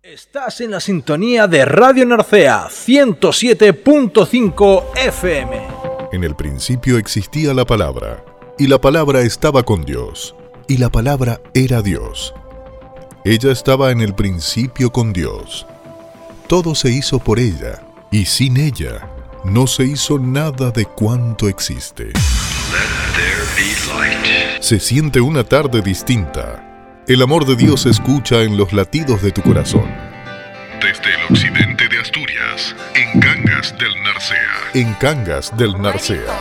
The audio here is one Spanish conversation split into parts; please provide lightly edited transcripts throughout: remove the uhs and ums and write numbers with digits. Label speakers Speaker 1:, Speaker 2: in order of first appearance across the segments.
Speaker 1: Estás en la sintonía de Radio Narcea 107.5 FM.
Speaker 2: En el principio existía la palabra, y la palabra estaba con Dios, y la palabra era Dios. Ella estaba en el principio con Dios. Todo se hizo por ella, y sin ella no se hizo nada de cuanto existe. Se siente una tarde distinta. El amor de Dios se escucha en los latidos de tu corazón. Desde el occidente de Asturias, en Cangas del Narcea. En Cangas del Narcea.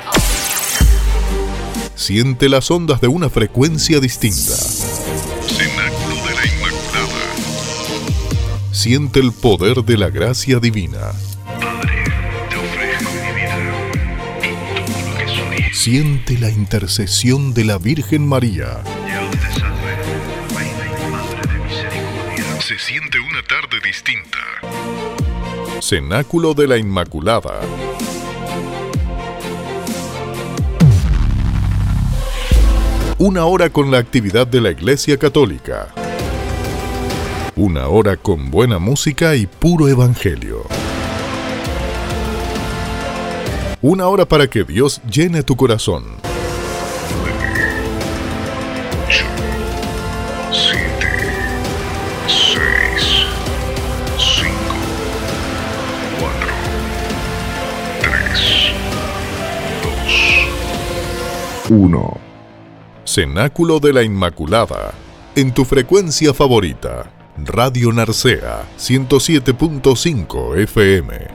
Speaker 2: Siente las ondas de una frecuencia distinta. Cenáculo de la Inmaculada. Siente el poder de la gracia divina. Padre, te ofrezco mi vida y todo lo que soy. Siente la intercesión de la Virgen María. Se siente una tarde distinta. Cenáculo de la Inmaculada. Una hora con la actividad de la Iglesia Católica. Una hora con buena música y puro evangelio. Una hora para que Dios llene tu corazón. Uno. Cenáculo de la Inmaculada. En tu frecuencia favorita. Radio Narcea 107.5 FM.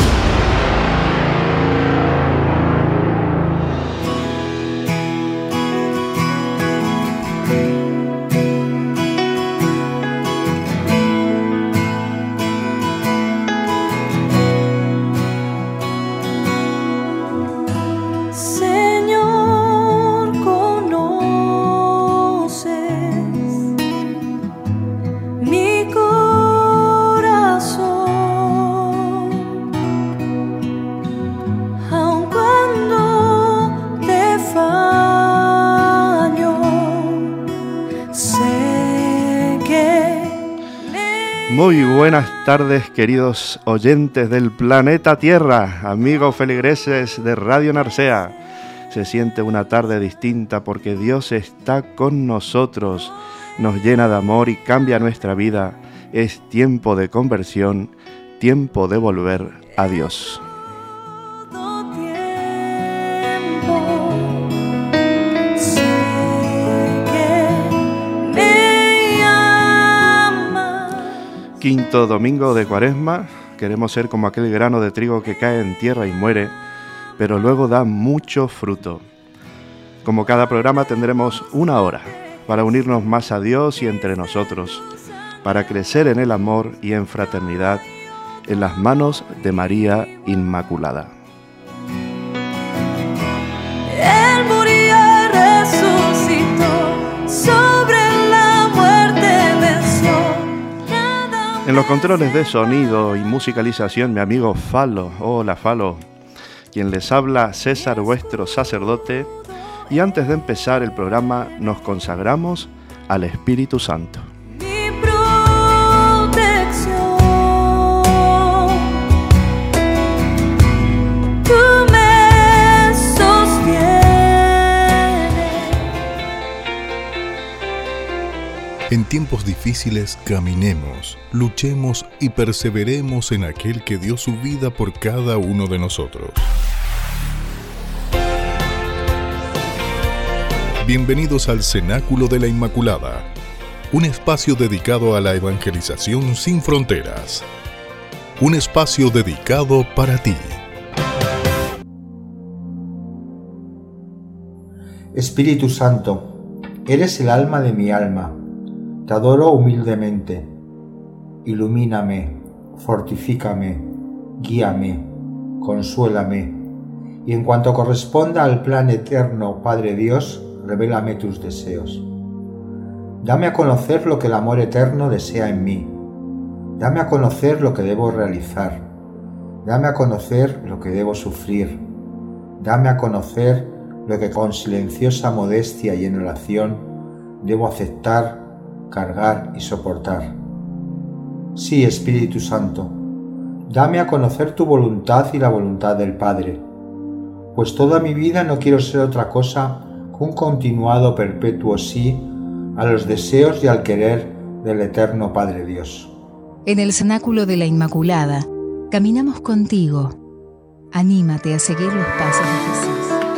Speaker 3: Muy buenas tardes, queridos oyentes del planeta Tierra, amigos feligreses de Radio Narcea. Se siente una tarde distinta porque Dios está con nosotros, nos llena de amor y cambia nuestra vida. Es tiempo de conversión, tiempo de volver a Dios. Quinto domingo de Cuaresma, queremos ser como aquel grano de trigo que cae en tierra y muere, pero luego da mucho fruto. Como cada programa tendremos una hora para unirnos más a Dios y entre nosotros, para crecer en el amor y en fraternidad, en las manos de María Inmaculada.
Speaker 4: Él murió y resucitó, sobre la muerte venció.
Speaker 3: En los controles de sonido y musicalización, mi amigo Falo. Hola, Falo. Quien les habla, César, vuestro sacerdote. Y antes de empezar el programa, nos consagramos al Espíritu Santo.
Speaker 4: Mi protección, tú me sostienes.
Speaker 2: En tiempos difíciles caminemos, luchemos y perseveremos en aquel que dio su vida por cada uno de nosotros. Bienvenidos al Cenáculo de la Inmaculada, un espacio dedicado a la evangelización sin fronteras. Un espacio dedicado para ti.
Speaker 5: Espíritu Santo, eres el alma de mi alma. Te adoro humildemente. Ilumíname, fortifícame, guíame, consuélame. Y en cuanto corresponda al plan eterno, Padre Dios, revélame tus deseos. Dame a conocer lo que el amor eterno desea en mí. Dame a conocer lo que debo realizar. Dame a conocer lo que debo sufrir. Dame a conocer lo que con silenciosa modestia y en oración debo aceptar, cargar y soportar. Sí, Espíritu Santo, dame a conocer tu voluntad y la voluntad del Padre, pues toda mi vida no quiero ser otra cosa que un continuado perpetuo sí a los deseos y al querer del eterno Padre Dios.
Speaker 6: En el cenáculo de la Inmaculada, caminamos contigo. Anímate a seguir los pasos de Jesús.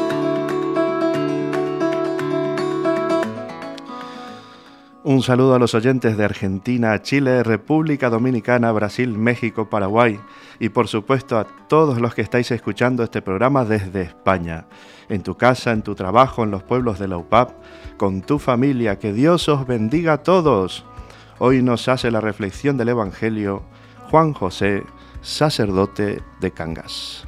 Speaker 3: Un saludo a los oyentes de Argentina, Chile, República Dominicana, Brasil, México, Paraguay y por supuesto a todos los que estáis escuchando este programa desde España. En tu casa, en tu trabajo, en los pueblos de la UPAP, con tu familia. Que Dios os bendiga a todos. Hoy nos hace la reflexión del Evangelio Juan José, sacerdote de Cangas.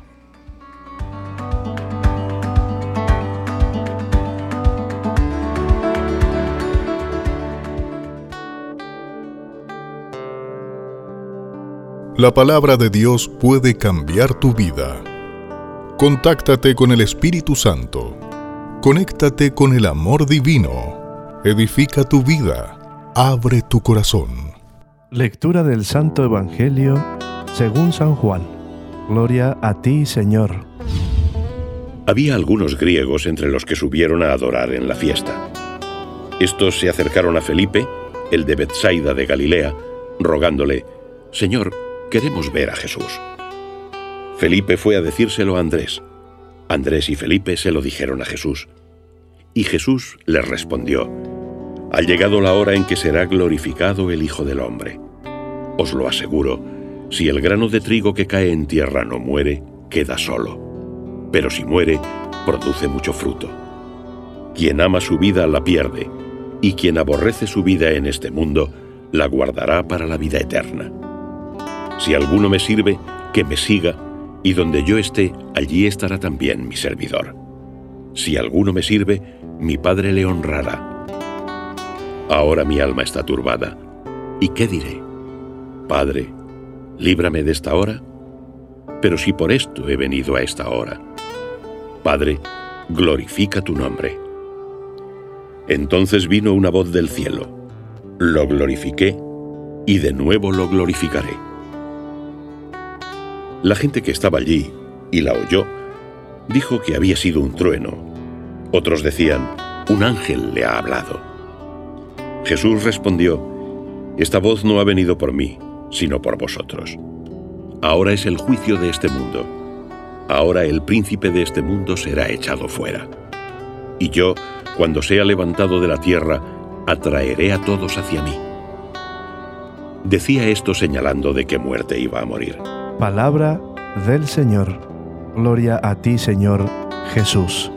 Speaker 2: La palabra de Dios puede cambiar tu vida. Contáctate con el Espíritu Santo. Conéctate con el amor divino. Edifica tu vida. Abre tu corazón.
Speaker 7: Lectura del Santo Evangelio según San Juan. Gloria a ti, Señor.
Speaker 8: Había algunos griegos entre los que subieron a adorar en la fiesta. Estos se acercaron a Felipe, el de Betsaida de Galilea, rogándole: Señor, queremos ver a Jesús. Felipe fue a decírselo a Andrés. Andrés y Felipe se lo dijeron a Jesús. Y Jesús les respondió: Ha llegado la hora en que será glorificado el Hijo del Hombre. Os lo aseguro, si el grano de trigo que cae en tierra no muere, queda solo. Pero si muere, produce mucho fruto. Quien ama su vida la pierde, y quien aborrece su vida en este mundo, la guardará para la vida eterna. Si alguno me sirve, que me siga, y donde yo esté, allí estará también mi servidor. Si alguno me sirve, mi Padre le honrará. Ahora mi alma está turbada. ¿Y qué diré? Padre, líbrame de esta hora. Pero si por esto he venido a esta hora. Padre, glorifica tu nombre. Entonces vino una voz del cielo. Lo glorifiqué, y de nuevo lo glorificaré. La gente que estaba allí, y la oyó, dijo que había sido un trueno. Otros decían: un ángel le ha hablado. Jesús respondió: Esta voz no ha venido por mí, sino por vosotros. Ahora es el juicio de este mundo. Ahora el príncipe de este mundo será echado fuera. Y yo, cuando sea levantado de la tierra, atraeré a todos hacia mí. Decía esto señalando de qué muerte iba a morir.
Speaker 7: Palabra del Señor. Gloria a ti, Señor Jesús.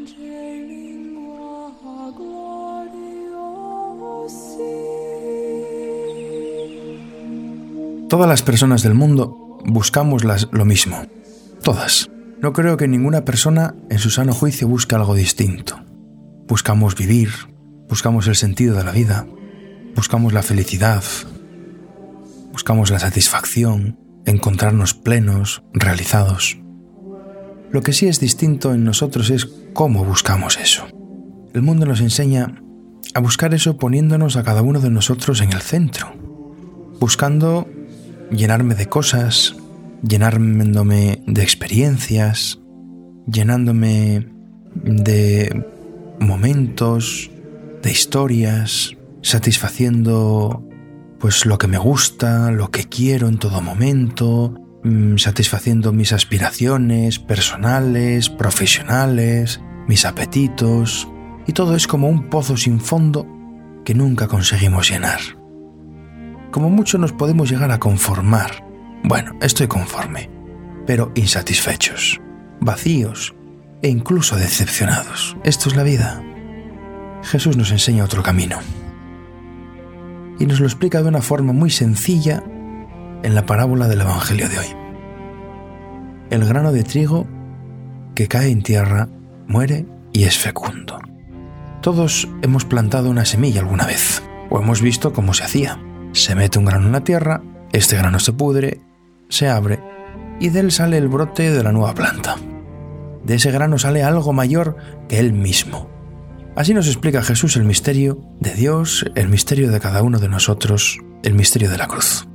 Speaker 9: Todas las personas del mundo buscamos lo mismo. Todas. No creo que ninguna persona en su sano juicio busque algo distinto. Buscamos vivir, buscamos el sentido de la vida, buscamos la felicidad, buscamos la satisfacción, encontrarnos plenos, realizados. Lo que sí es distinto en nosotros es cómo buscamos eso. El mundo nos enseña a buscar eso poniéndonos a cada uno de nosotros en el centro, buscando llenarme de cosas, llenándome de experiencias, llenándome de momentos, de historias, satisfaciendo pues lo que me gusta, lo que quiero en todo momento, satisfaciendo mis aspiraciones personales, profesionales, mis apetitos, y todo es como un pozo sin fondo que nunca conseguimos llenar. Como mucho nos podemos llegar a conformar. Bueno, estoy conforme, pero insatisfechos, vacíos e incluso decepcionados. Esto es la vida. Jesús nos enseña otro camino. Y nos lo explica de una forma muy sencilla en la parábola del Evangelio de hoy. El grano de trigo que cae en tierra muere y es fecundo. Todos hemos plantado una semilla alguna vez, o hemos visto cómo se hacía. Se mete un grano en la tierra, este grano se pudre, se abre, y de él sale el brote de la nueva planta. De ese grano sale algo mayor que él mismo. Así nos explica Jesús el misterio de Dios, el misterio de cada uno de nosotros, el misterio de la cruz.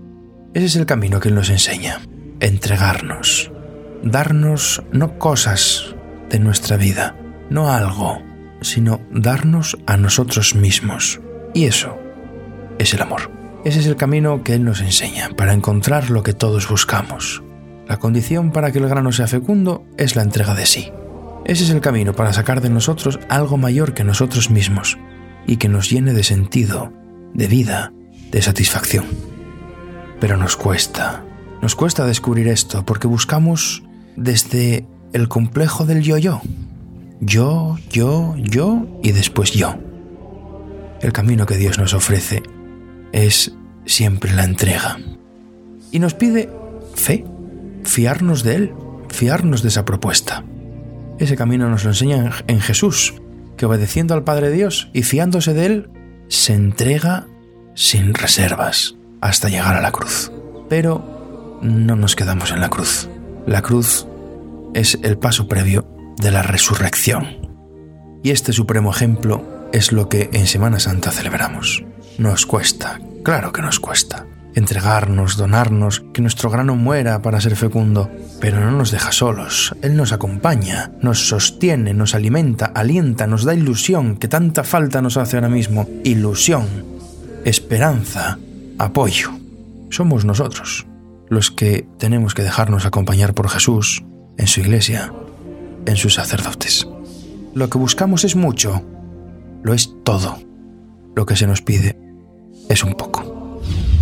Speaker 9: Ese es el camino que Él nos enseña. Entregarnos. Darnos no cosas de nuestra vida, no algo, sino darnos a nosotros mismos. Y eso es el amor. Ese es el camino que Él nos enseña para encontrar lo que todos buscamos. La condición para que el grano sea fecundo es la entrega de sí. Ese es el camino para sacar de nosotros algo mayor que nosotros mismos y que nos llene de sentido, de vida, de satisfacción. Pero nos cuesta descubrir esto porque buscamos desde el complejo del yo-yo. Yo y después yo. El camino que Dios nos ofrece es siempre la entrega. Y nos pide fe, fiarnos de Él, fiarnos de esa propuesta. Ese camino nos lo enseña en Jesús, que obedeciendo al Padre Dios y fiándose de Él, se entrega sin reservas hasta llegar a la cruz. Pero no nos quedamos en la cruz. La cruz es el paso previo de la resurrección. Y este supremo ejemplo es lo que en Semana Santa celebramos. Nos cuesta, claro que nos cuesta. Entregarnos, donarnos, que nuestro grano muera para ser fecundo. Pero no nos deja solos. Él nos acompaña, nos sostiene, nos alimenta, alienta, nos da ilusión, que tanta falta nos hace ahora mismo. Ilusión, esperanza, apoyo. Somos nosotros los que tenemos que dejarnos acompañar por Jesús, en su iglesia, en sus sacerdotes. Lo que buscamos es mucho, lo es todo. Lo que se nos pide es un poco.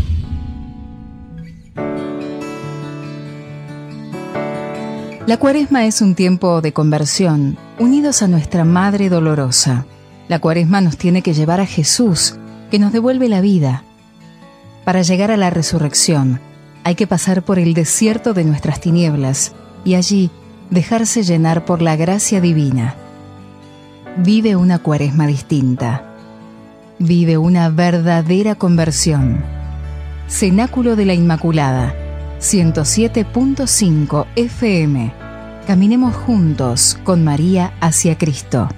Speaker 6: La Cuaresma es un tiempo de conversión, unidos a nuestra Madre Dolorosa. La Cuaresma nos tiene que llevar a Jesús, que nos devuelve la vida. Para llegar a la resurrección, hay que pasar por el desierto de nuestras tinieblas y allí dejarse llenar por la gracia divina. Vive una Cuaresma distinta. Vive una verdadera conversión. Cenáculo de la Inmaculada, 107.5 FM. Caminemos juntos con María hacia Cristo.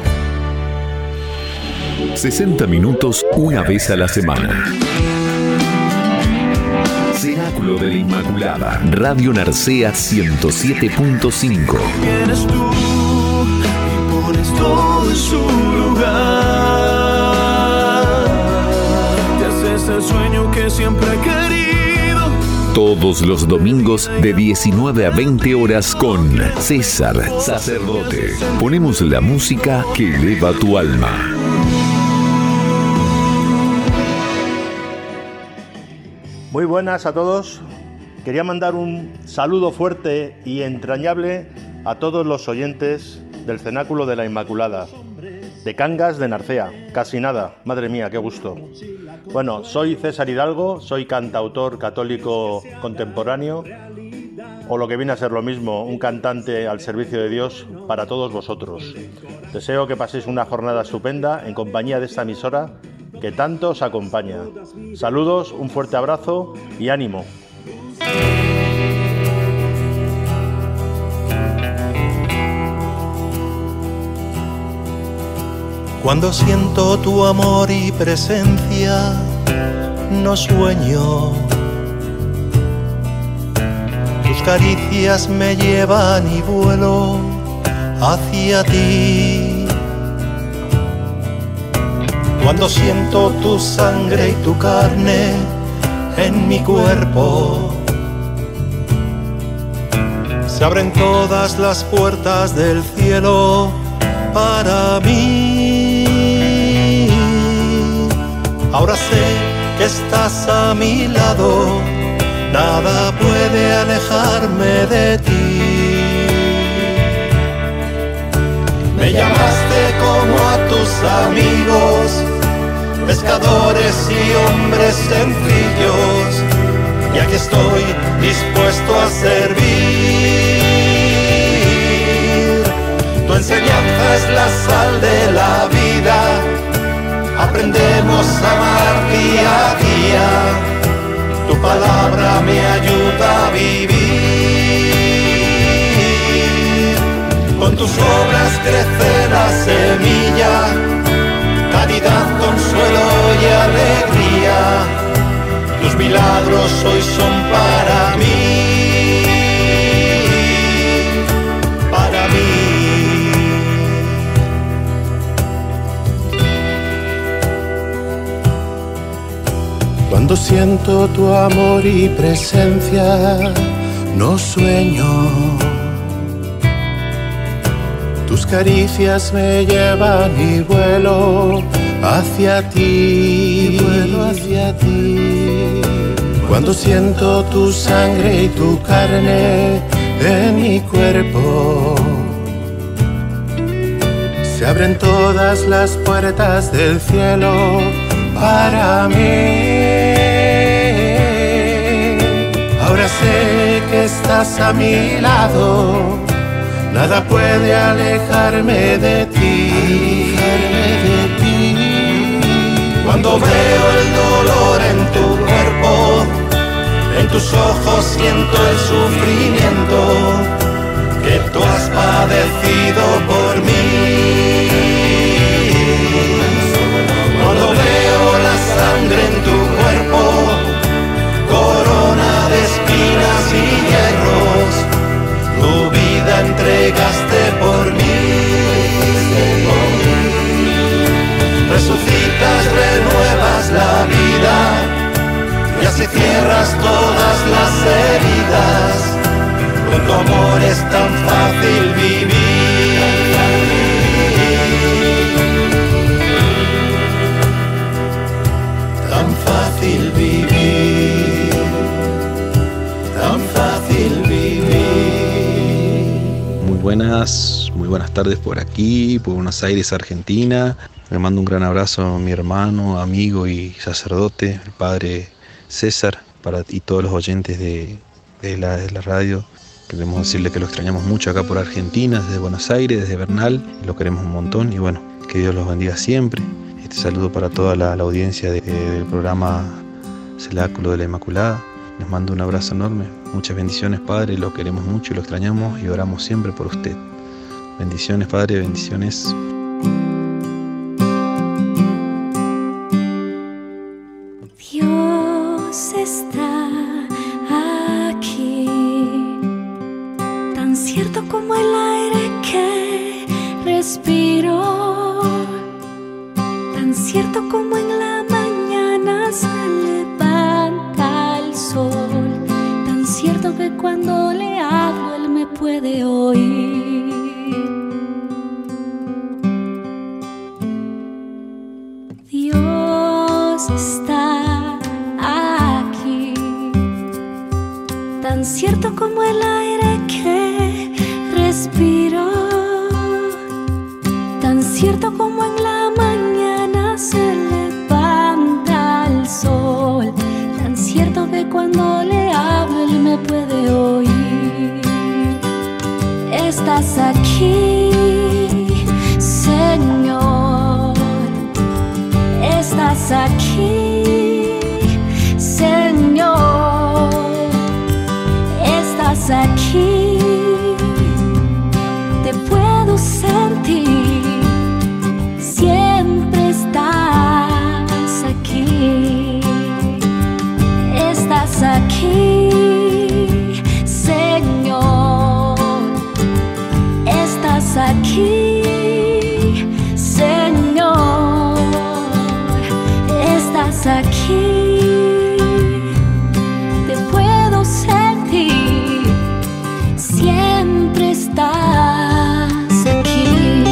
Speaker 10: 60 minutos una vez a la semana. Cenáculo de la Inmaculada. Radio Narcea 107.5.
Speaker 11: Vienes tú y pones todo en su lugar. Te haces el sueño que siempre he querido.
Speaker 10: Todos los domingos de 19 a 20 horas con César Sacerdote. Ponemos la música que eleva tu alma.
Speaker 12: Muy buenas a todos. Quería mandar un saludo fuerte y entrañable a todos los oyentes del Cenáculo de la Inmaculada, de Cangas de Narcea. Casi nada, madre mía, qué gusto. Bueno, soy César Hidalgo, soy cantautor católico contemporáneo, o lo que viene a ser lo mismo, un cantante al servicio de Dios para todos vosotros. Deseo que paséis una jornada estupenda en compañía de esta emisora que tanto os acompaña. Saludos, un fuerte abrazo y ánimo.
Speaker 11: Cuando siento tu amor y presencia, no sueño. Tus caricias me llevan y vuelo hacia ti. Cuando siento tu sangre y tu carne en mi cuerpo, se abren todas las puertas del cielo para mí. Ahora sé que estás a mi lado, nada puede alejarme de ti. Me llamaste como a tus amigos, pescadores y hombres sencillos, y aquí estoy dispuesto a servir. Tu enseñanza es la sal de la vida, aprendemos a amar día a día. Tu palabra me ayuda a vivir. Con tus obras crece la semilla, caridad, consuelo y alegría. Tus milagros milagros hoy son para mí, para mí. Cuando siento tu amor y presencia, no sueño. Tus caricias me llevan y vuelo hacia ti, Cuando siento tu sangre y tu carne en mi cuerpo, se abren todas las puertas del cielo para mí. Ahora sé que estás a mi lado, nada puede alejarme de ti. Cuando veo el dolor en tu cuerpo, en tus ojos siento el sufrimiento que tú has padecido por mí. Cuando veo la sangre en tu cuerpo, corona de espinas y hierros, tu vida entregaste por mí. Resucitas, renuevas la vida y así cierras todas las heridas. Con tu amor es tan fácil vivir. Tan fácil vivir. Tan fácil vivir.
Speaker 13: Muy buenas tardes por aquí, por Buenos Aires, Argentina. Le mando un gran abrazo a mi hermano, amigo y sacerdote, el padre César, y todos los oyentes de la radio. Queremos decirle que lo extrañamos mucho acá por Argentina, desde Buenos Aires, desde Bernal. Lo queremos un montón y bueno, que Dios los bendiga siempre. Este saludo para toda la audiencia del programa Cenáculo de la Inmaculada. Les mando un abrazo enorme. Muchas bendiciones, Padre. Lo queremos mucho y lo extrañamos y oramos siempre por usted. Bendiciones, Padre. Bendiciones.
Speaker 4: Dios está aquí, tan cierto como el aire que respiro, tan cierto como en la mañana se levanta el sol, tan cierto que cuando le hablo él me puede oír. Dios está aquí, tan cierto como el aire que respiro, tan cierto como en la mañana se levanta el sol, tan cierto que cuando le hablo él me puede oír. Estás aquí, Señor. Estás aquí, Señor. Estás aquí, te puedo sentir, siempre estás aquí. Estás aquí, Señor. Estás aquí, Señor. Estás aquí, te puedo sentir, siempre estás aquí.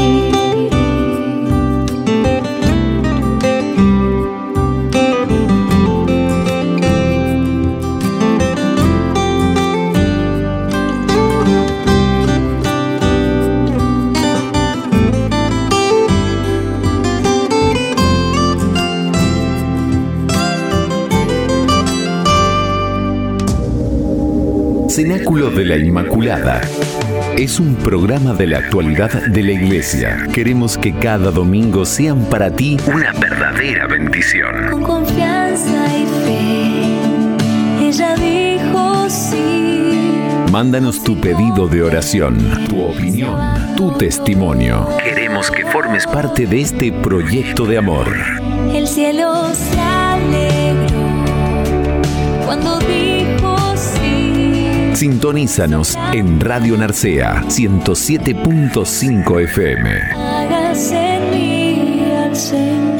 Speaker 10: Cenáculo de la Inmaculada es un programa de la actualidad de la Iglesia. Queremos que cada domingo sean para ti una verdadera bendición.
Speaker 4: Con confianza y fe, ella dijo sí.
Speaker 10: Mándanos tu pedido de oración, tu opinión, tu testimonio. Queremos que formes parte de este proyecto de amor.
Speaker 4: El cielo se alegró cuando dijo sí.
Speaker 10: Sintonízanos en Radio Narcea 107.5 FM.
Speaker 4: Hágase en mí al Señor.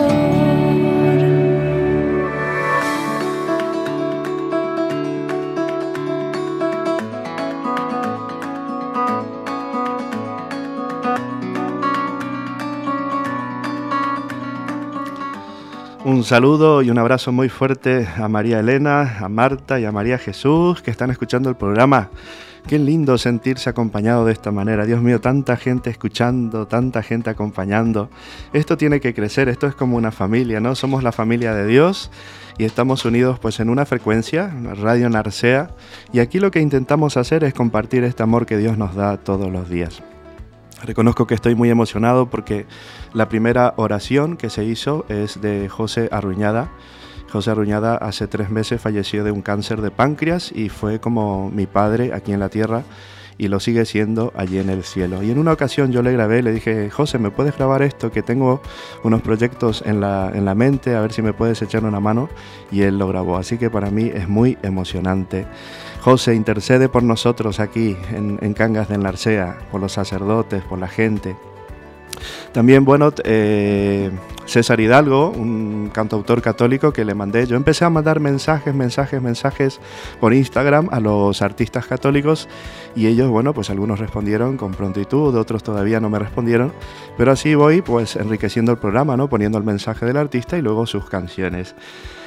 Speaker 3: Un saludo y un abrazo muy fuerte a María Elena, a Marta y a María Jesús que están escuchando el programa. Qué lindo sentirse acompañado de esta manera. Dios mío, tanta gente escuchando, tanta gente acompañando. Esto tiene que crecer, esto es como una familia, ¿no? Somos la familia de Dios y estamos unidos pues en una frecuencia, Radio Narcea. Y aquí lo que intentamos hacer es compartir este amor que Dios nos da todos los días. Reconozco que estoy muy emocionado porque la primera oración que se hizo es de José Arruñada. José Arruñada hace 3 meses falleció de un cáncer de páncreas y fue como mi padre aquí en la tierra y lo sigue siendo allí en el cielo. Y en una ocasión yo le grabé, le dije, José, ¿me puedes grabar esto? Que tengo unos proyectos en la mente, a ver si me puedes echar una mano. Y él lo grabó, así que para mí es muy emocionante. José, intercede por nosotros aquí en Cangas de Narcea, por los sacerdotes, por la gente. También, bueno, César Hidalgo, un cantautor católico que le mandé. Yo empecé a mandar mensajes por Instagram a los artistas católicos y ellos, bueno, pues algunos respondieron con prontitud, otros todavía no me respondieron, pero así voy pues enriqueciendo el programa, ¿no? Poniendo el mensaje del artista y luego sus canciones.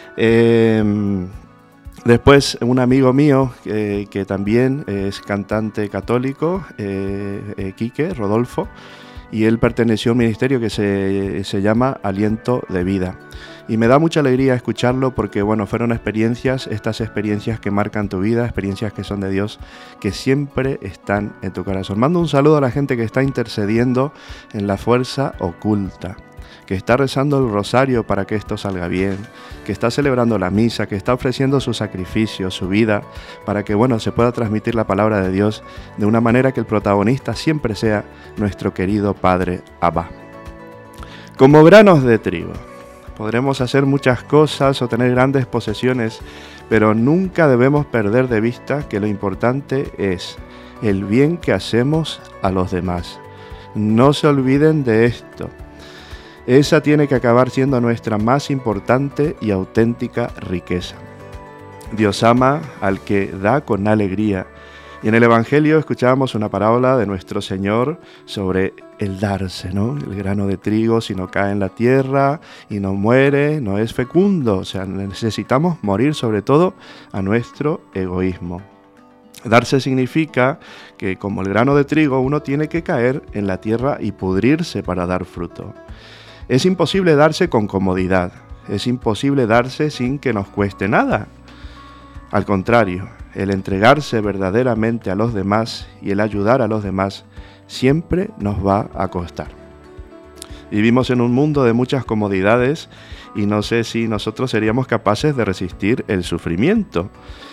Speaker 3: Después un amigo mío que también es cantante católico, Quique, Rodolfo, y él perteneció a un ministerio que se llama Aliento de Vida. Y me da mucha alegría escucharlo porque, bueno, fueron estas experiencias que marcan tu vida, experiencias que son de Dios, que siempre están en tu corazón. Mando un saludo a la gente que está intercediendo en la fuerza oculta, que está rezando el rosario para que esto salga bien, que está celebrando la misa, que está ofreciendo su sacrificio, su vida, para que, bueno, se pueda transmitir la palabra de Dios de una manera que el protagonista siempre sea nuestro querido Padre Abba. Como granos de trigo, podremos hacer muchas cosas o tener grandes posesiones, pero nunca debemos perder de vista que lo importante es el bien que hacemos a los demás. No se olviden de esto. Esa tiene que acabar siendo nuestra más importante y auténtica riqueza. Dios ama al que da con alegría. Y en el Evangelio escuchábamos una parábola de nuestro Señor sobre el darse, ¿no? El grano de trigo, si no cae en la tierra y no muere, no es fecundo. O sea, necesitamos morir sobre todo a nuestro egoísmo. Darse significa que, como el grano de trigo, uno tiene que caer en la tierra y pudrirse para dar fruto. Es imposible darse con comodidad, es imposible darse sin que nos cueste nada. Al contrario, el entregarse verdaderamente a los demás y el ayudar a los demás siempre nos va a costar. Vivimos en un mundo de muchas comodidades y no sé si nosotros seríamos capaces de resistir el sufrimiento.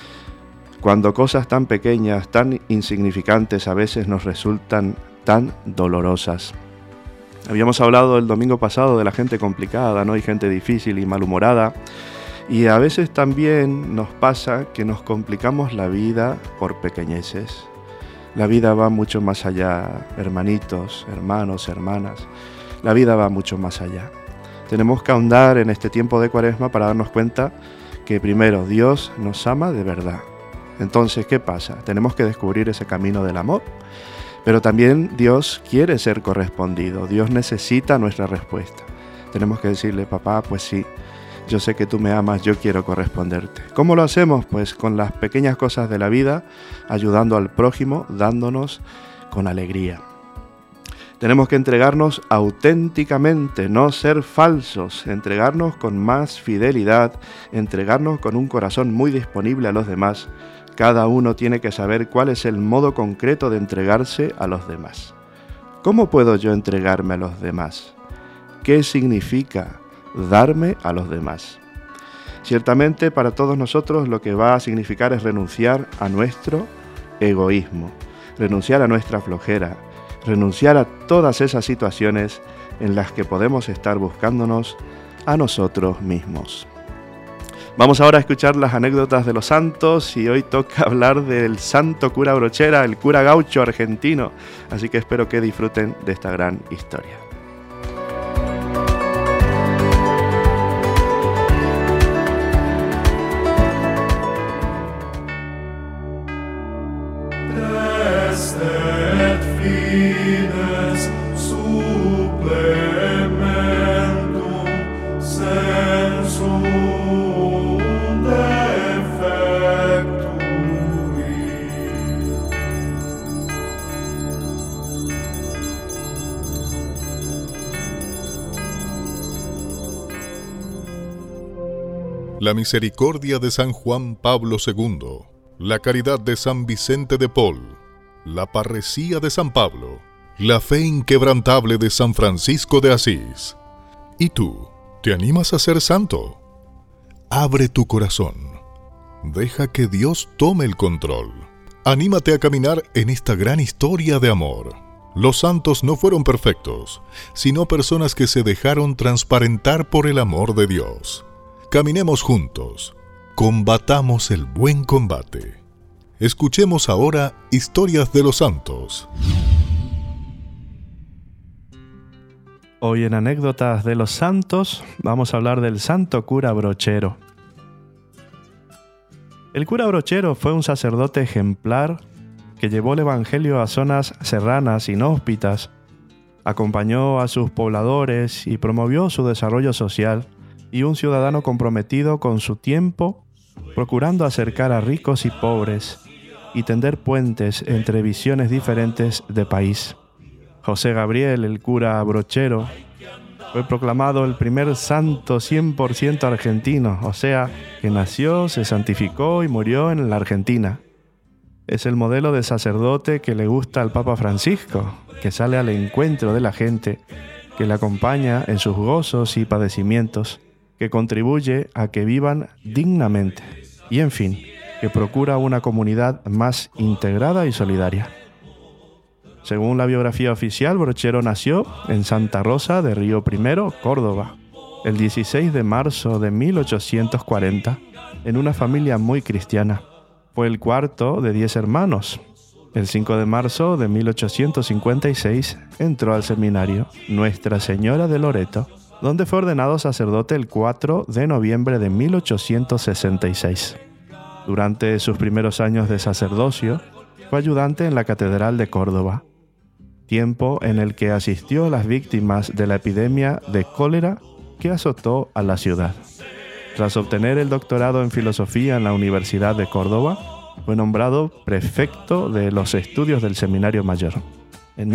Speaker 3: Cuando cosas tan pequeñas, tan insignificantes a veces nos resultan tan dolorosas. Habíamos hablado el domingo pasado de la gente complicada, ¿no? Y gente difícil y malhumorada. Y a veces también nos pasa que nos complicamos la vida por pequeñeces. La vida va mucho más allá, hermanitos, hermanos, hermanas. La vida va mucho más allá. Tenemos que ahondar en este tiempo de Cuaresma para darnos cuenta que primero Dios nos ama de verdad. Entonces, ¿qué pasa? Tenemos que descubrir ese camino del amor. Pero también Dios quiere ser correspondido, Dios necesita nuestra respuesta. Tenemos que decirle, papá, pues sí, yo sé que tú me amas, yo quiero corresponderte. ¿Cómo lo hacemos? Pues con las pequeñas cosas de la vida, ayudando al prójimo, dándonos con alegría. Tenemos que entregarnos auténticamente, no ser falsos, entregarnos con más fidelidad, entregarnos con un corazón muy disponible a los demás. Cada uno tiene que saber cuál es el modo concreto de entregarse a los demás. ¿Cómo puedo yo entregarme a los demás? ¿Qué significa darme a los demás? Ciertamente para todos nosotros lo que va a significar es renunciar a nuestro egoísmo, renunciar a nuestra flojera, renunciar a todas esas situaciones en las que podemos estar buscándonos a nosotros mismos. Vamos ahora a escuchar las anécdotas de los santos y hoy toca hablar del santo cura Brochera, el cura gaucho argentino. Así que espero que disfruten de esta gran historia.
Speaker 2: La misericordia de San Juan Pablo II, la caridad de San Vicente de Paul, la parresía de San Pablo, la fe inquebrantable de San Francisco de Asís. ¿Y tú, te animas a ser santo? Abre tu corazón. Deja que Dios tome el control. Anímate a caminar en esta gran historia de amor. Los santos no fueron perfectos, sino personas que se dejaron transparentar por el amor de Dios. Caminemos juntos, combatamos el buen combate. Escuchemos ahora historias de los santos.
Speaker 7: Hoy en Anécdotas de los Santos vamos a hablar del santo cura Brochero. El cura Brochero fue un sacerdote ejemplar que llevó el evangelio a zonas serranas inhóspitas, acompañó a sus pobladores y promovió su desarrollo social, y un ciudadano comprometido con su tiempo, procurando acercar a ricos y pobres y tender puentes entre visiones diferentes de país. José Gabriel, el cura Brochero, fue proclamado el primer santo 100% argentino, o sea, que nació, se santificó y murió en la Argentina. Es el modelo de sacerdote que le gusta al Papa Francisco, que sale al encuentro de la gente, que le acompaña en sus gozos y padecimientos, que contribuye a que vivan dignamente y, en fin, que procura una comunidad más integrada y solidaria. Según la biografía oficial, Brochero nació en Santa Rosa de Río Primero, Córdoba, el 16 de marzo de 1840, en una familia muy cristiana. Fue el cuarto de 10 hermanos. El 5 de marzo de 1856 entró al seminario Nuestra Señora de Loreto, donde fue ordenado sacerdote el 4 de noviembre de 1866. Durante sus primeros años de sacerdocio, fue ayudante en la Catedral de Córdoba, tiempo en el que asistió a las víctimas de la epidemia de cólera que azotó a la ciudad. Tras obtener el doctorado en filosofía en la Universidad de Córdoba, fue nombrado prefecto de los estudios del Seminario Mayor. En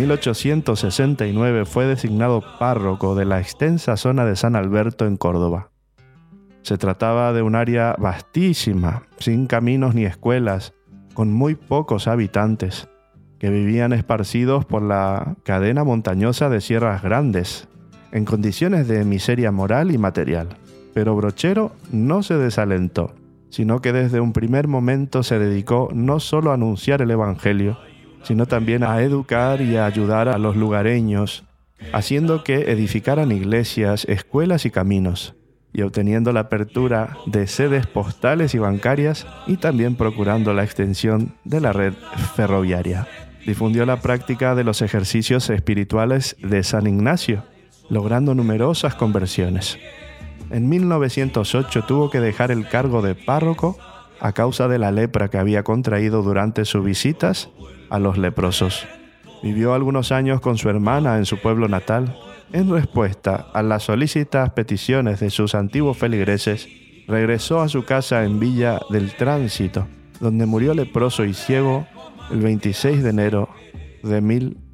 Speaker 7: 1869 fue designado párroco de la extensa zona de San Alberto en Córdoba. Se trataba de un área vastísima, sin caminos ni escuelas, con muy pocos habitantes, que vivían esparcidos por la cadena montañosa de Sierras Grandes, en condiciones de miseria moral y material. Pero Brochero no se desalentó, sino que desde un primer momento se dedicó no solo a anunciar el Evangelio, sino también a educar y a ayudar a los lugareños, haciendo que edificaran iglesias, escuelas y caminos, y obteniendo la apertura de sedes postales y bancarias, y también procurando la extensión de la red ferroviaria. Difundió la práctica de los ejercicios espirituales de San Ignacio, logrando numerosas conversiones. En 1908 tuvo que dejar el cargo de párroco a causa de la lepra que había contraído durante sus visitas a los leprosos. Vivió algunos años con su hermana en su pueblo natal. En respuesta a las solícitas peticiones de sus antiguos feligreses, regresó a su casa en Villa del Tránsito, donde murió leproso y ciego el 26 de enero de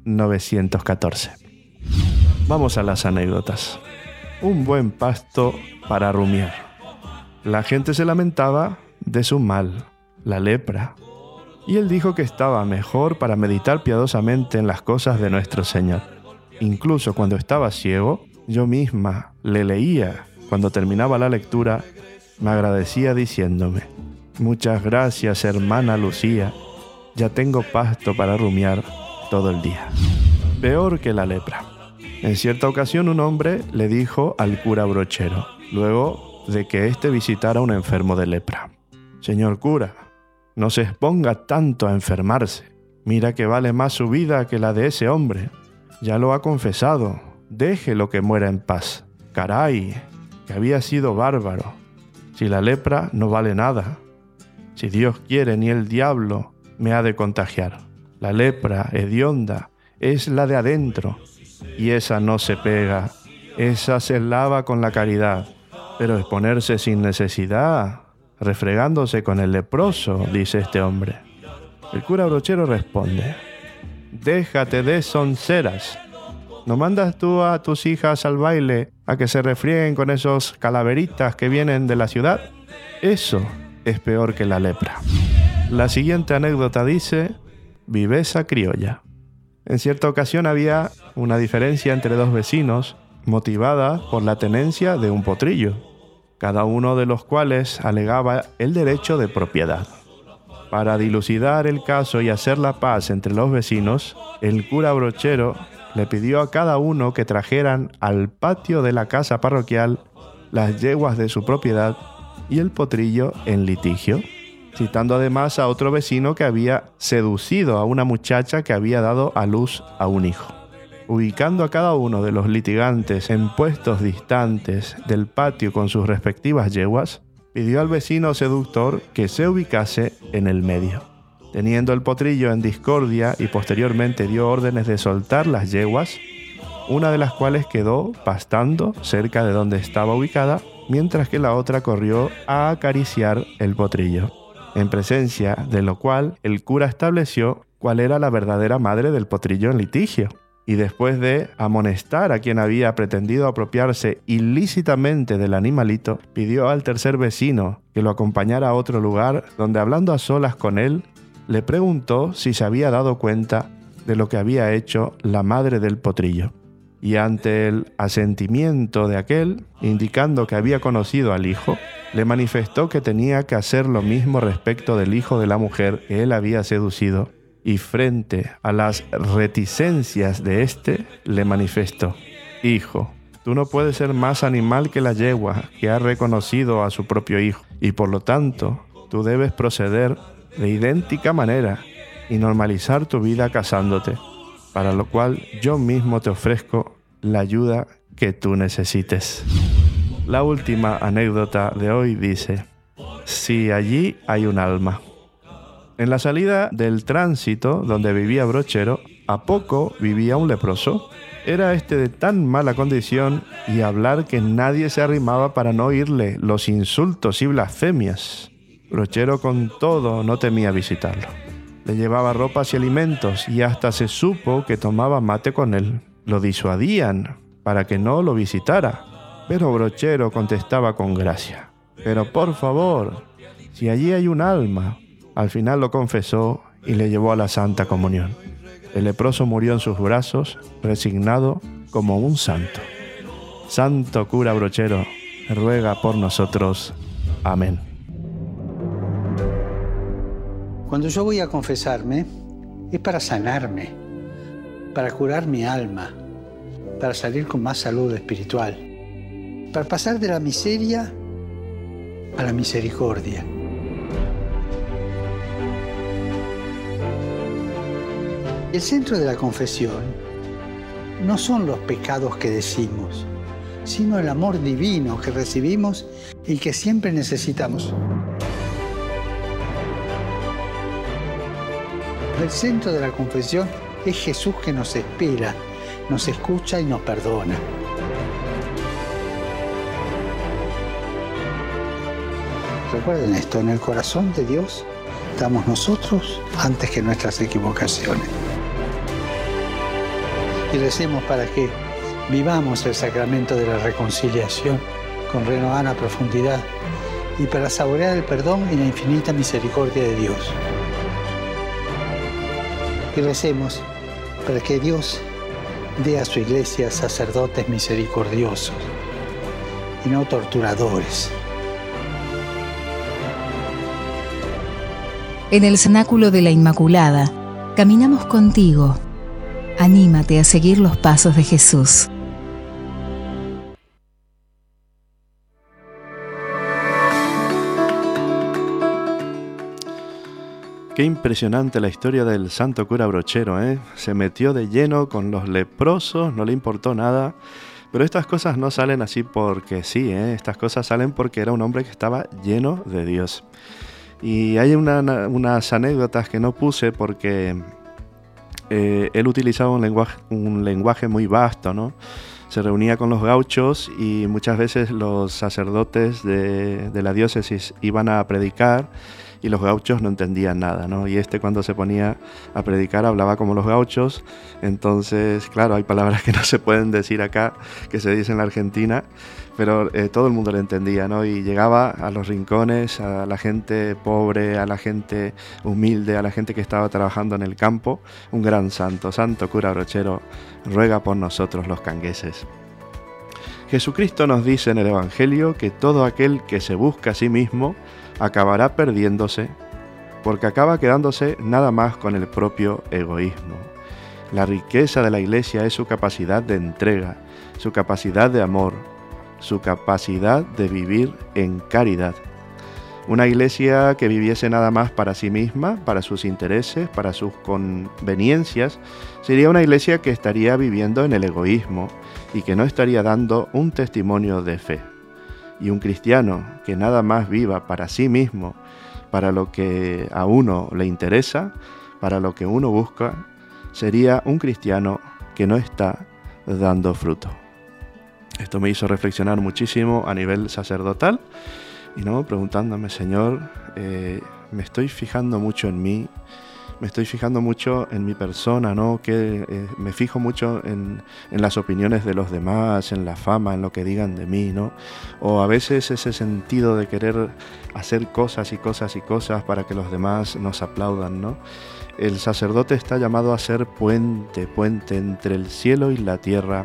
Speaker 7: 1914. Vamos a las anécdotas. Un buen pasto para rumiar. La gente se lamentaba de su mal, la lepra, y él dijo que estaba mejor para meditar piadosamente en las cosas de nuestro Señor. Incluso cuando estaba ciego, yo misma le leía. Cuando terminaba la lectura, me agradecía diciéndome: muchas gracias, hermana Lucía, ya tengo pasto para rumiar todo el día. Peor que la lepra. En cierta ocasión un hombre le dijo al cura Brochero: luego de que éste visitara a un enfermo de lepra. «Señor cura, no se exponga tanto a enfermarse. Mira que vale más su vida que la de ese hombre. Ya lo ha confesado. Déjelo que muera en paz. Caray, que había sido bárbaro. Si la lepra no vale nada. Si Dios quiere, ni el diablo me ha de contagiar. La lepra hedionda es la de adentro, y esa no se pega, esa se lava con la caridad. Pero exponerse sin necesidad, refregándose con el leproso», dice este hombre. El cura Brochero responde: «Déjate de sonceras. ¿No mandas tú a tus hijas al baile a que se refrieguen con esos calaveritas que vienen de la ciudad? Eso es peor que la lepra». La siguiente anécdota dice: viveza criolla. En cierta ocasión había una diferencia entre dos vecinos, motivada por la tenencia de un potrillo, cada uno de los cuales alegaba el derecho de propiedad. Para dilucidar el caso y hacer la paz entre los vecinos, el cura Brochero le pidió a cada uno que trajeran al patio de la casa parroquial las yeguas de su propiedad y el potrillo en litigio, citando además a otro vecino que había seducido a una muchacha que había dado a luz a un hijo. Ubicando a cada uno de los litigantes en puestos distantes del patio con sus respectivas yeguas, pidió al vecino seductor que se ubicase en el medio. Teniendo el potrillo en discordia y posteriormente dio órdenes de soltar las yeguas, una de las cuales quedó pastando cerca de donde estaba ubicada, mientras que la otra corrió a acariciar el potrillo, en presencia de lo cual el cura estableció cuál era la verdadera madre del potrillo en litigio, y después de amonestar a quien había pretendido apropiarse ilícitamente del animalito, pidió al tercer vecino que lo acompañara a otro lugar donde, hablando a solas con él, le preguntó si se había dado cuenta de lo que había hecho la madre del potrillo. Y ante el asentimiento de aquel, indicando que había conocido al hijo, le manifestó que tenía que hacer lo mismo respecto del hijo de la mujer que él había seducido, y frente a las reticencias de éste, le manifestó: «Hijo, tú no puedes ser más animal que la yegua que ha reconocido a su propio hijo, y por lo tanto, tú debes proceder de idéntica manera y normalizar tu vida casándote, para lo cual yo mismo te ofrezco la ayuda que tú necesites». La última anécdota de hoy dice: si allí hay un alma. En la salida del tránsito donde vivía Brochero, a poco vivía un leproso. Era este de tan mala condición y hablar que nadie se arrimaba para no oírle los insultos y blasfemias. Brochero con todo no temía visitarlo. Le llevaba ropas y alimentos y hasta se supo que tomaba mate con él. Lo disuadían para que no lo visitara, pero Brochero contestaba con gracia: «Pero por favor, si allí hay un alma». Al final lo confesó y le llevó a la Santa Comunión. El leproso murió en sus brazos, resignado como un santo. Santo cura Brochero, ruega por nosotros. Amén.
Speaker 14: Cuando yo voy a confesarme, es para sanarme, para curar mi alma, para salir con más salud espiritual, para pasar de la miseria a la misericordia. El centro de la confesión no son los pecados que decimos, sino el amor divino que recibimos y que siempre necesitamos. El centro de la confesión es Jesús, que nos espera, nos escucha y nos perdona. Recuerden esto: en el corazón de Dios estamos nosotros antes que nuestras equivocaciones. Y recemos para que vivamos el sacramento de la reconciliación con renovada profundidad y para saborear el perdón y la infinita misericordia de Dios. Y recemos para que Dios dé a su iglesia sacerdotes misericordiosos y no torturadores.
Speaker 6: En el Cenáculo de la Inmaculada, caminamos contigo. Anímate a seguir los pasos de Jesús.
Speaker 7: Qué impresionante la historia del santo cura Brochero, ¿eh? Se metió de lleno con los leprosos, no le importó nada. Pero estas cosas no salen así porque sí, ¿eh? Estas cosas salen porque era un hombre que estaba lleno de Dios. Y hay unas anécdotas que no puse porque él utilizaba un lenguaje muy vasto, ¿no? Se reunía con los gauchos y muchas veces los sacerdotes de la diócesis iban a predicar y los gauchos no entendían nada, ¿no? Y cuando se ponía a predicar hablaba como los gauchos. Entonces, claro, hay palabras que no se pueden decir acá, que se dicen en la Argentina, pero todo el mundo lo entendía, ¿no? Y llegaba a los rincones, a la gente pobre, a la gente humilde, a la gente que estaba trabajando en el campo. Un gran santo, santo cura Brochero, ruega por nosotros los cangueses. Jesucristo nos dice en el Evangelio que todo aquel que se busca a sí mismo acabará perdiéndose, porque acaba quedándose nada más con el propio egoísmo. La riqueza de la Iglesia es su capacidad de entrega, su capacidad de amor, su capacidad de vivir en caridad. Una Iglesia que viviese nada más para sí misma, para sus intereses, para sus conveniencias, sería una Iglesia que estaría viviendo en el egoísmo y que no estaría dando un testimonio de fe. Y un cristiano que nada más viva para sí mismo, para lo que a uno le interesa, para lo que uno busca, sería un cristiano que no está dando fruto. Esto me hizo reflexionar muchísimo a nivel sacerdotal y no preguntándome, Señor, me estoy fijando mucho en mí, me estoy fijando mucho en mi persona, ¿no? Que me fijo mucho en las opiniones de los demás, en la fama, en lo que digan de mí, ¿no? O a veces ese sentido de querer hacer cosas y cosas y cosas para que los demás nos aplaudan, ¿no? El sacerdote está llamado a ser puente entre el cielo y la tierra,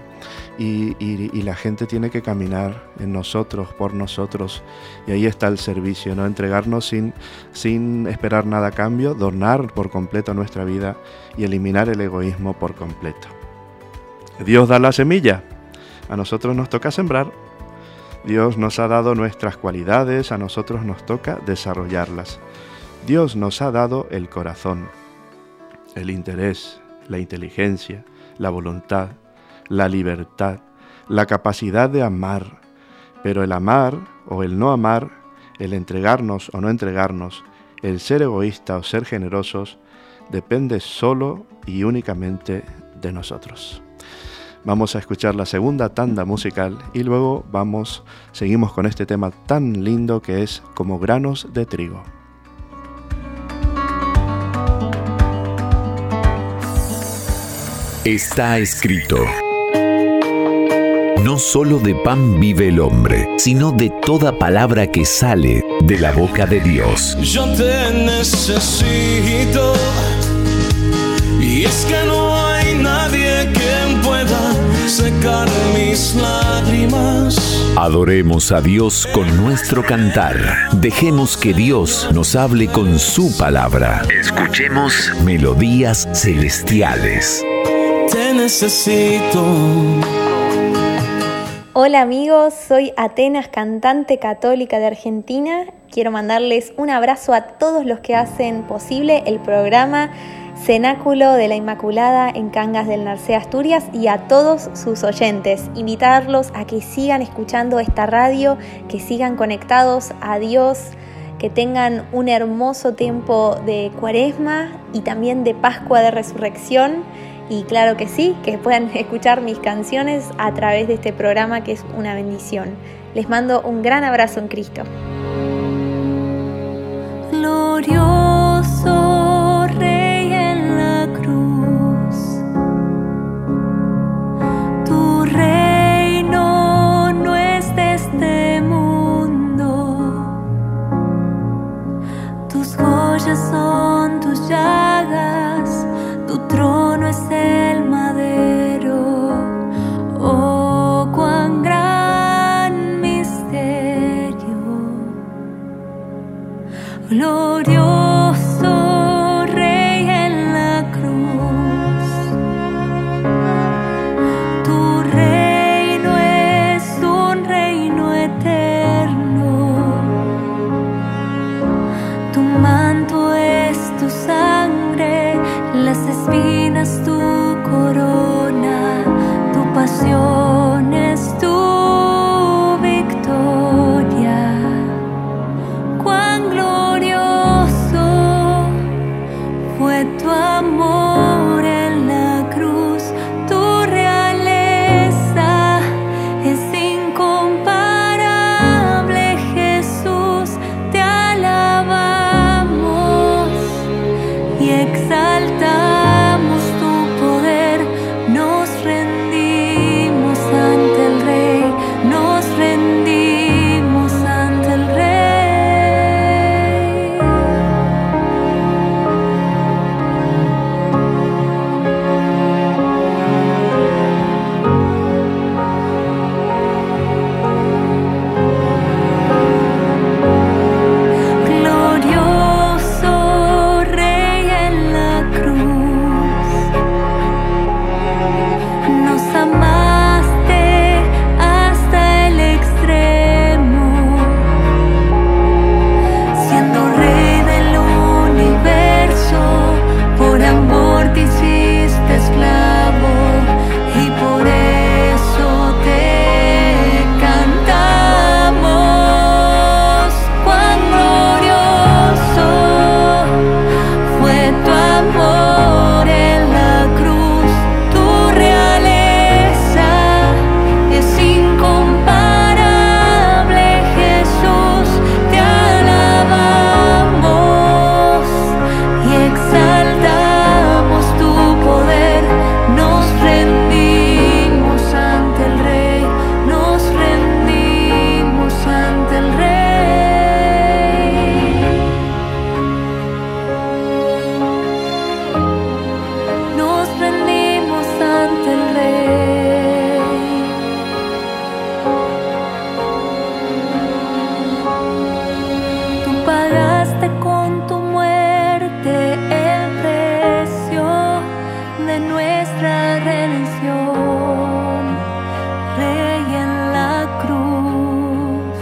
Speaker 7: y la gente tiene que caminar en nosotros, por nosotros, y ahí está el servicio, ¿no? Entregarnos sin esperar nada a cambio, donar por completo nuestra vida y eliminar el egoísmo por completo. Dios da la semilla, a nosotros nos toca sembrar. Dios nos ha dado nuestras cualidades, a nosotros nos toca desarrollarlas. Dios nos ha dado el corazón, el interés, la inteligencia, la voluntad, la libertad, la capacidad de amar. Pero el amar o el no amar, el entregarnos o no entregarnos, el ser egoísta o ser generosos, depende solo y únicamente de nosotros. Vamos a escuchar la segunda tanda musical y luego seguimos con este tema tan lindo que es Como granos de trigo.
Speaker 10: Está escrito: no solo de pan vive el hombre, sino de toda palabra que sale de la boca de Dios.
Speaker 15: Yo te necesito, y es que no hay nadie que pueda secar mis lágrimas.
Speaker 10: Adoremos a Dios con nuestro cantar. Dejemos que Dios nos hable con su palabra. Escuchemos melodías celestiales.
Speaker 15: Te necesito.
Speaker 16: Hola amigos, soy Atenas, cantante católica de Argentina. Quiero mandarles un abrazo a todos los que hacen posible el programa Cenáculo de la Inmaculada en Cangas del Narcea, Asturias, y a todos sus oyentes. Invitarlos a que sigan escuchando esta radio, que sigan conectados a Dios, que tengan un hermoso tiempo de Cuaresma y también de Pascua de Resurrección. Y claro que sí, que puedan escuchar mis canciones a través de este programa, que es una bendición. Les mando un gran abrazo en Cristo.
Speaker 4: Glorioso Rey en la cruz, tu reino no es de este mundo, tus joyas son tus llagas, tu trono es el madero. Oh, cuán gran misterio. Glorioso Rey en la cruz, tu reino es un reino eterno, tu manto es tu tu sangre, las espinas tu corona, tu pasión es tu victoria. Cuán glorioso fue tu amor en la cruz, tu realeza es incomparable, Jesús, te alabamos y exaltamos tu poder, nos rendimos ante el Rey, nos rendimos ante el Rey. Glorioso Rey en la cruz, nos amaste hasta el extremo, siendo Rey del universo, por amor te hiciste esclavo y por eso te cantamos. Cuán glorioso fue tu amor en la cruz, tu realeza es incomparable, Jesús, te alabamos y exaltamos tu poder, nos rendimos ante el Rey, nos rendimos ante el Rey. Nos rendimos ante el Rey. Tú pagaste con tu muerte el precio de nuestra redención, Rey en la cruz.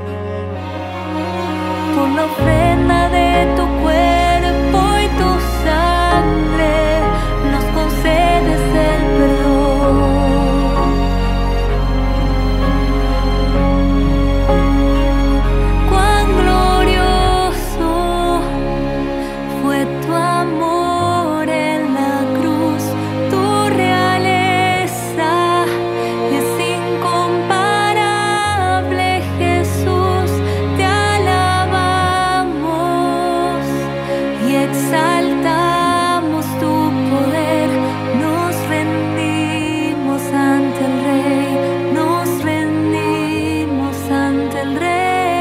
Speaker 4: Por la ofrenda de tu cuerpo y tu sangre nos concedes el perdón. Cuán glorioso fue tu amor en la cruz, tu realeza es incomparable, Jesús, te alabamos y exaltamos tu poder, nos rendimos ante el Rey, nos rendimos ante el Rey.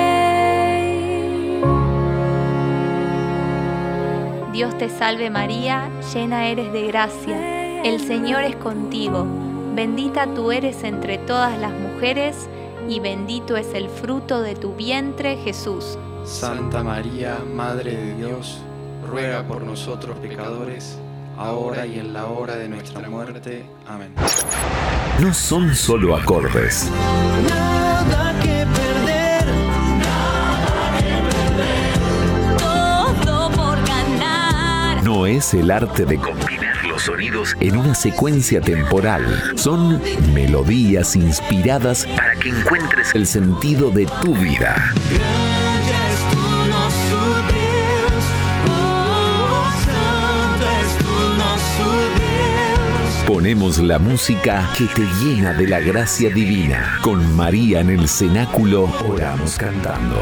Speaker 16: Dios te salve María, llena eres de gracia, el Señor es contigo, bendita tú eres entre todas las mujeres, y bendito es el fruto de tu vientre, Jesús.
Speaker 17: Santa María, Madre de Dios, ruega por nosotros pecadores, ahora y en la hora de nuestra muerte. Amén.
Speaker 10: No son solo acordes.
Speaker 15: Nada que perder, todo por ganar.
Speaker 10: No es el arte de combinar los sonidos en una secuencia temporal. Son melodías inspiradas para que encuentres el sentido de tu vida.
Speaker 15: Grande es tu nosso Deus, oh, santo es tu nosso Deus.
Speaker 10: Ponemos la música que te llena de la gracia divina. Con María en el cenáculo, oramos cantando.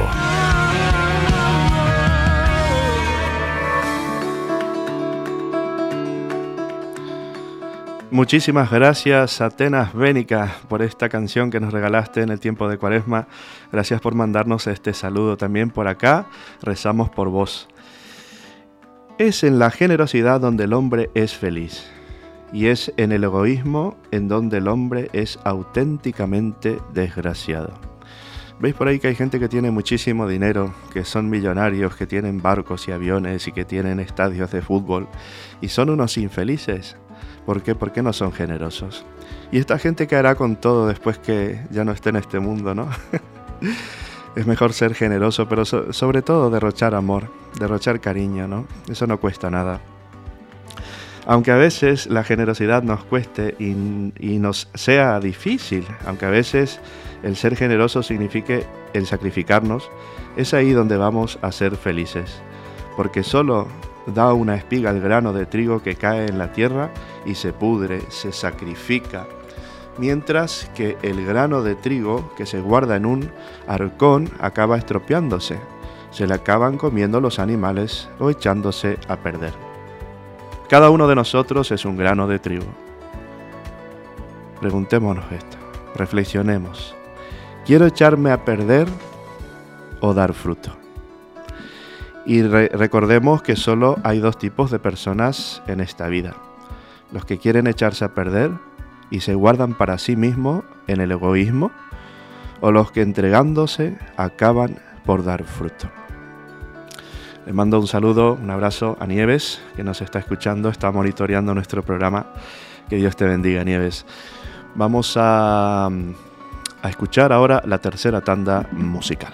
Speaker 3: Muchísimas gracias, Atenas Bénica, por esta canción que nos regalaste en el tiempo de Cuaresma. Gracias por mandarnos este saludo también por acá. Rezamos por vos. Es en la generosidad donde el hombre es feliz. Y es en el egoísmo en donde el hombre es auténticamente desgraciado. ¿Veis por ahí que hay gente que tiene muchísimo dinero, que son millonarios, que tienen barcos y aviones y que tienen estadios de fútbol y son unos infelices? ¿Por qué? Porque no son generosos. Y esta gente, ¿qué hará con todo después que ya no esté en este mundo, no? Es mejor ser generoso, pero sobre todo derrochar amor, derrochar cariño, ¿no? Eso no cuesta nada. Aunque a veces la generosidad nos cueste y nos sea difícil, aunque a veces el ser generoso signifique el sacrificarnos, es ahí donde vamos a ser felices. Porque solo da una espiga al grano de trigo que cae en la tierra y se pudre, se sacrifica. Mientras que el grano de trigo que se guarda en un arcón acaba estropeándose. Se le acaban comiendo los animales o echándose a perder. Cada uno de nosotros es un grano de trigo. Preguntémonos esto, reflexionemos. ¿Quiero echarme a perder o dar fruto? Y recordemos que solo hay dos tipos de personas en esta vida. Los que quieren echarse a perder y se guardan para sí mismos en el egoísmo, o los que entregándose acaban por dar fruto. Le mando un saludo, un abrazo a Nieves, que nos está escuchando, está monitoreando nuestro programa. Que Dios te bendiga, Nieves. Vamos a escuchar ahora la tercera tanda musical.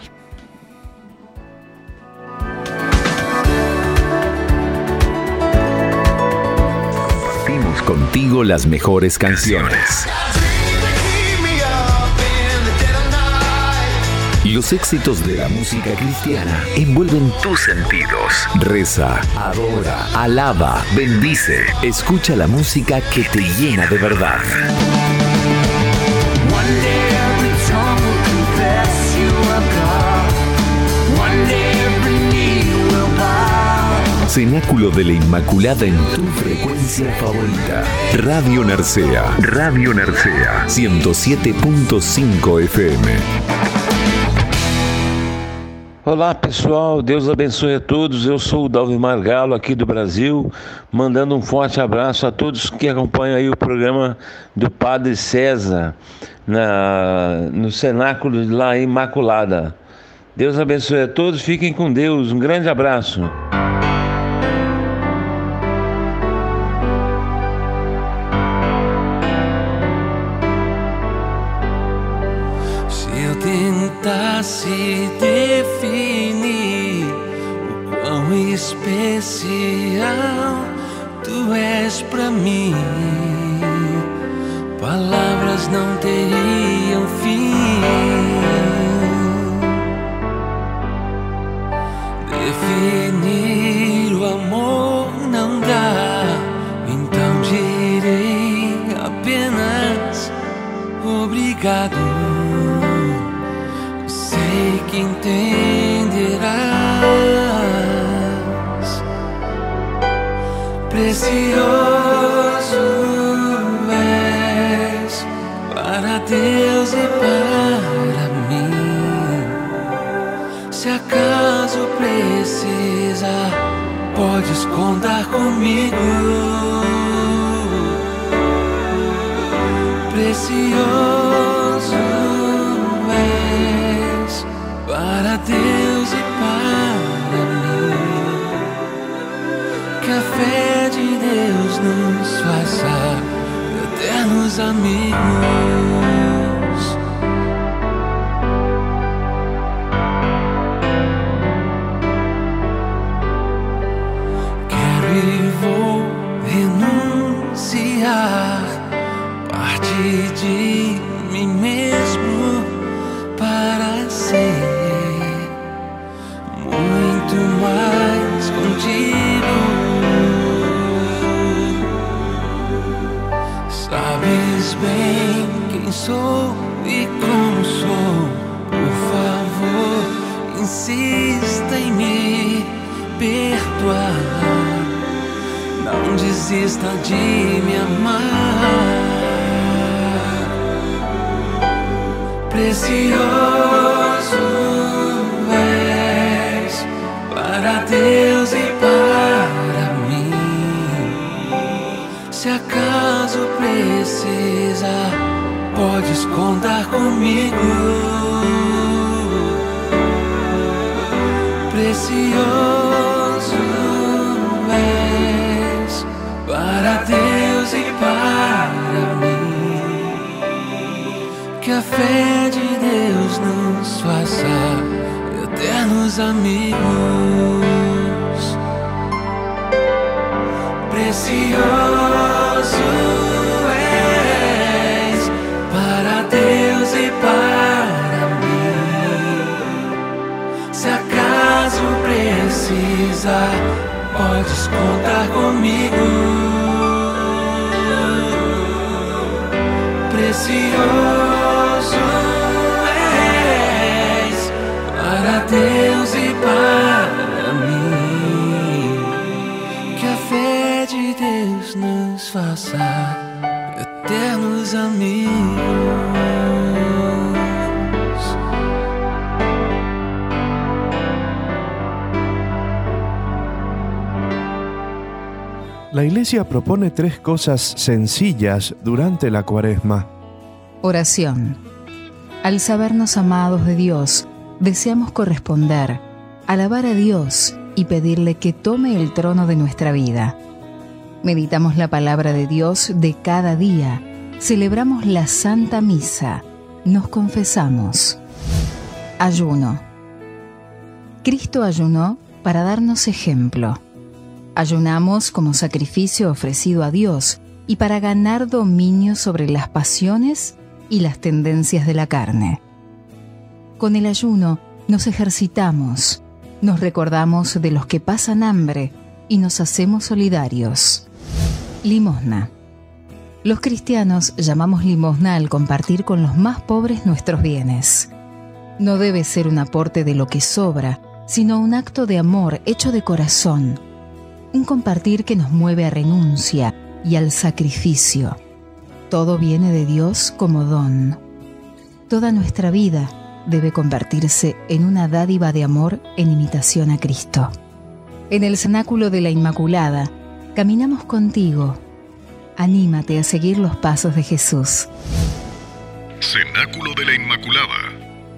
Speaker 10: Compartimos contigo las mejores canciones. Los éxitos de la música cristiana envuelven tus sentidos. Reza, adora, alaba, bendice. Escucha la música que te llena de verdad. Cenáculo de la Inmaculada en tu frecuencia favorita. Radio Narcea. Radio Narcea. 107.5 FM.
Speaker 18: Olá pessoal, Deus abençoe a todos. Eu sou o Dalvimar Galo aqui do Brasil, mandando um forte abraço a todos que acompanham aí o programa do Padre César no Cenáculo de La Imaculada. Deus abençoe a todos, fiquem com Deus, um grande abraço.
Speaker 15: Se definir o quão especial tu és pra mim, palavras não teriam fim. Definir o amor não dá, então direi apenas obrigado. Sei que entenderás. Precioso és para Deus e para mim. Se acaso precisar, podes contar comigo. Precioso para Deus e para mim, que a fé de Deus nos faça eternos amigos. Quero e vou renunciar parte de mim mesmo para ser muito mais contigo. Sabes bem quem sou e como sou. Por favor, insista em me perdoar. Não desista de me amar. Precioso és para Deus e para mim. Se acaso precisar, podes contar comigo. Precioso és para Deus e para mim. Que a fé de Deus nos faça precioso és para Deus e para mim. Se acaso precisar, podes contar comigo. Precioso és para Deus e para mim. Que a fé de Deus nos faça eternos amigos.
Speaker 7: La Iglesia propone 3 cosas sencillas durante la Cuaresma.
Speaker 6: Oración. Al sabernos amados de Dios, deseamos corresponder, alabar a Dios y pedirle que tome el trono de nuestra vida. Meditamos la palabra de Dios de cada día, celebramos la Santa Misa, nos confesamos. Ayuno. Cristo ayunó para darnos ejemplo. Ayunamos como sacrificio ofrecido a Dios y para ganar dominio sobre las pasiones y las tendencias de la carne. Con el ayuno nos ejercitamos, nos recordamos de los que pasan hambre y nos hacemos solidarios. Limosna. Los cristianos llamamos limosna al compartir con los más pobres nuestros bienes. No debe ser un aporte de lo que sobra, sino un acto de amor hecho de corazón. Un compartir que nos mueve a renuncia y al sacrificio. Todo viene de Dios como don. Toda nuestra vida debe convertirse en una dádiva de amor en imitación a Cristo. En el Cenáculo de la Inmaculada, caminamos contigo. Anímate a seguir los pasos de Jesús.
Speaker 2: Cenáculo de la Inmaculada.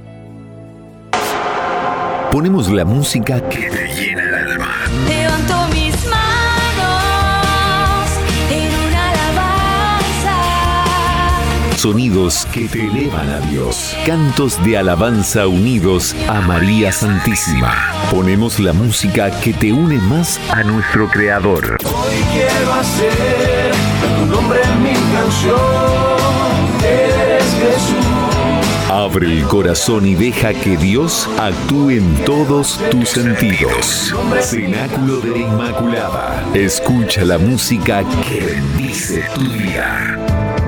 Speaker 10: Ponemos la música que te llena el alma.
Speaker 4: Levanto mis manos en una alabanza.
Speaker 10: Sonidos que te elevan a Dios. Cantos de alabanza unidos a María Santísima. Ponemos la música que te une más a nuestro Creador.
Speaker 15: Hoy quiero hacer tu nombre en mi canción. Eres Jesús.
Speaker 10: Abre el corazón y deja que Dios actúe en todos tus sentidos. Cenáculo de la Inmaculada. Escucha la música que bendice tu día.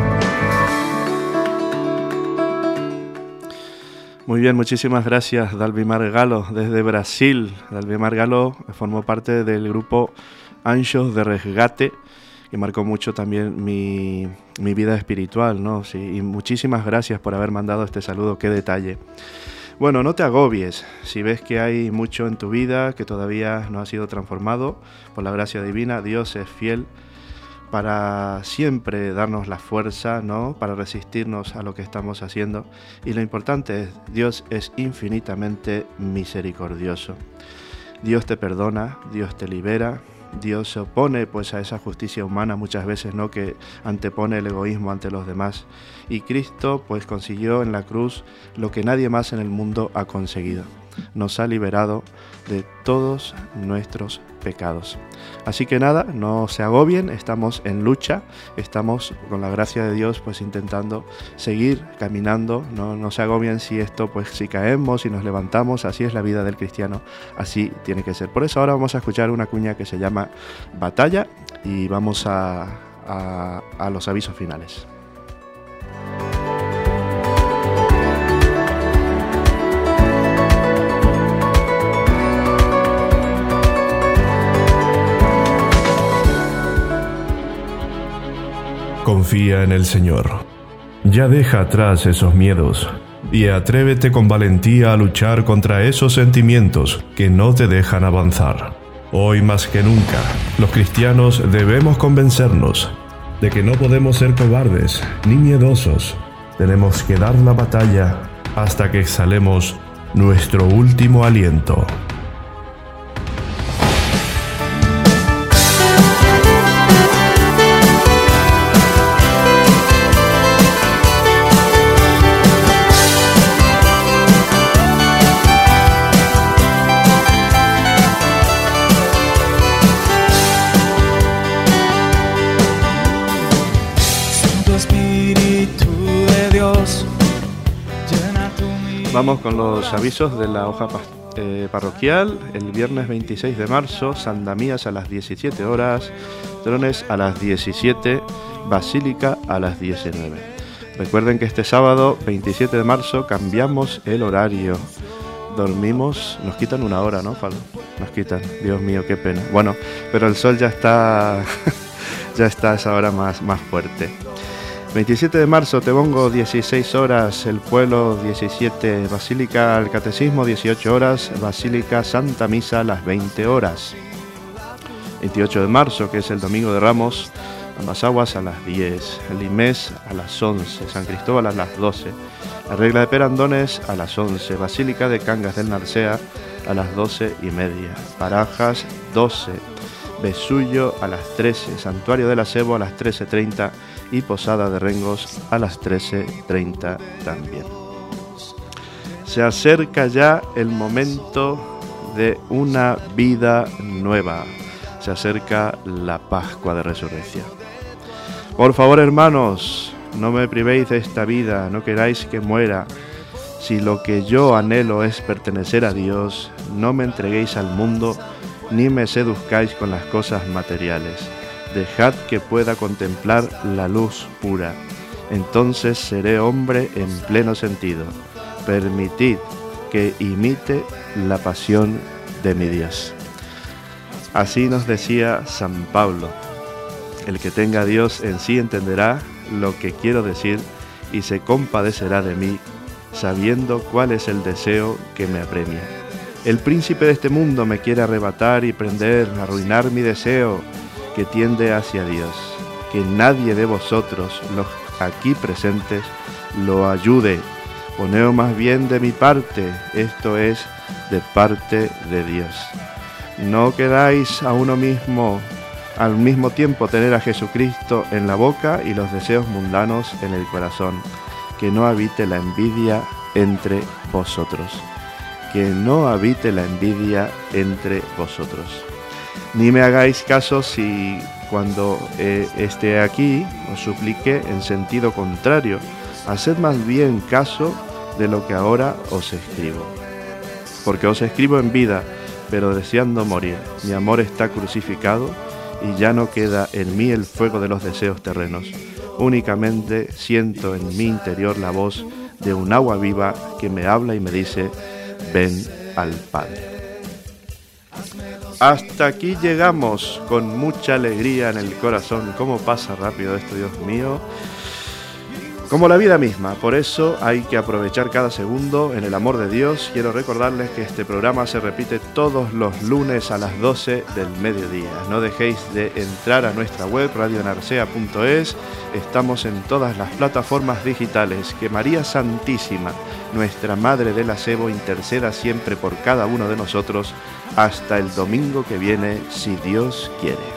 Speaker 7: Muy bien, muchísimas gracias, Dalvimar Galo, desde Brasil. Dalvimar Galo formó parte del grupo Anjos de Resgate, que marcó mucho también mi vida espiritual, ¿no? Sí, y muchísimas gracias por haber mandado este saludo, qué detalle. Bueno, no te agobies, si ves que hay mucho en tu vida que todavía no ha sido transformado, por la gracia divina, Dios es fiel para siempre darnos la fuerza, ¿no? Para resistirnos a lo que estamos haciendo. Y lo importante es, Dios es infinitamente misericordioso. Dios te perdona, Dios te libera. Dios se opone pues a esa justicia humana muchas veces, ¿no? Que antepone el egoísmo ante los demás. Y Cristo pues consiguió en la cruz lo que nadie más en el mundo ha conseguido. Nos ha liberado de todos nuestros pecados. Así que nada, no se agobien, estamos en lucha, estamos con la gracia de Dios pues intentando seguir caminando, no se agobien si si caemos, si nos levantamos, así es la vida del cristiano, así tiene que ser. Por eso ahora vamos a escuchar una cuña que se llama Batalla y vamos a los avisos finales.
Speaker 19: Confía en el Señor. Ya deja atrás esos miedos y atrévete con valentía a luchar contra esos sentimientos que no te dejan avanzar. Hoy más que nunca, los cristianos debemos convencernos de que no podemos ser cobardes ni miedosos. Tenemos que dar la batalla hasta que exhalemos nuestro último aliento.
Speaker 3: Vamos con los avisos de la hoja parroquial. El viernes 26 de marzo, San Damías a las 17 horas, Trones a las 17, Basílica a las 19. Recuerden que este sábado 27 de marzo cambiamos el horario. Dormimos, nos quitan una hora, ¿no, Pablo? Nos quitan, Dios mío, qué pena. Bueno, pero el sol ya está ya está a esa hora más fuerte. 27 de marzo, Tebongo, 16 horas, El Pueblo, 17, Basílica al Catecismo, 18 horas, Basílica Santa Misa a las 20 horas. 28 de marzo, que es el Domingo de Ramos, Ambas Aguas a las 10, el Imés a las 11, San Cristóbal a las 12, la Regla de Perandones a las 11, Basílica de Cangas del Narcea a las 12:30, Barajas 12, Besullo a las 13, Santuario del Acebo a las 13:30 y Posada de Rengos a las 13:30 también. Se acerca ya el momento de una vida nueva. Se acerca la Pascua de Resurrección. Por favor, hermanos, no me privéis de esta vida, no queráis que muera. Si lo que yo anhelo es pertenecer a Dios, no me entreguéis al mundo, ni me seduzcáis con las cosas materiales. Dejad que pueda contemplar la luz pura. Entonces seré hombre en pleno sentido. Permitid que imite la pasión de mi Dios. Así nos decía San Pablo: el que tenga a Dios en sí entenderá lo que quiero decir y se compadecerá de mí, sabiendo cuál es el deseo que me apremia. El príncipe de este mundo me quiere arrebatar y prender, arruinar mi deseo que tiende hacia Dios. Que nadie de vosotros, los aquí presentes, lo ayude. Poneos más bien de mi parte, esto es, de parte de Dios. No queráis a uno mismo, al mismo tiempo tener a Jesucristo en la boca y los deseos mundanos en el corazón. Que no habite la envidia entre vosotros. Que no habite la envidia entre vosotros. Ni me hagáis caso si cuando esté aquí os suplique en sentido contrario. Haced más bien caso de lo que ahora os escribo. Porque os escribo en vida, pero deseando morir. Mi amor está crucificado y ya no queda en mí el fuego de los deseos terrenos. Únicamente siento en mi interior la voz de un agua viva que me habla y me dice: ven al Padre. Hasta aquí llegamos con mucha alegría en el corazón. ¿Cómo pasa rápido esto, Dios mío? Como la vida misma, por eso hay que aprovechar cada segundo en el amor de Dios. Quiero recordarles que este programa se repite todos los lunes a las 12 del mediodía. No dejéis de entrar a nuestra web radionarcea.es. Estamos en todas las plataformas digitales. Que María Santísima, nuestra Madre del Acebo, interceda siempre por cada uno de nosotros. Hasta el domingo que viene, si Dios quiere.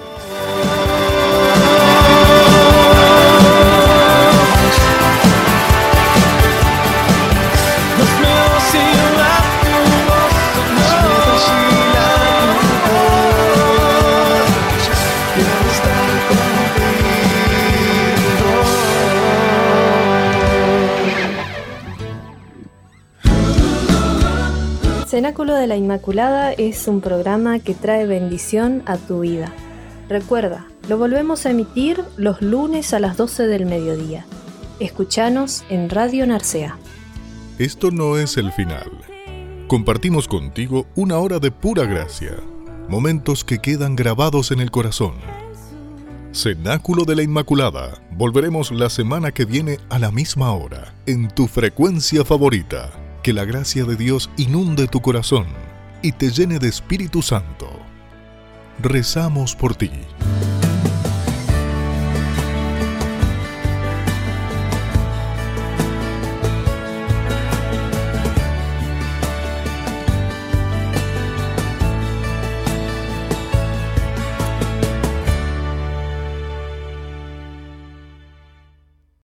Speaker 20: Cenáculo de la Inmaculada es un programa que trae bendición a tu vida. Recuerda, lo volvemos a emitir los lunes a las 12 del mediodía. Escuchanos en Radio Narcea.
Speaker 2: Esto no es el final. Compartimos contigo una hora de pura gracia, momentos que quedan grabados en el corazón. Cenáculo de la Inmaculada. Volveremos la semana que viene a la misma hora, en tu frecuencia favorita. Que la gracia de Dios inunde tu corazón y te llene de Espíritu Santo. Rezamos por ti.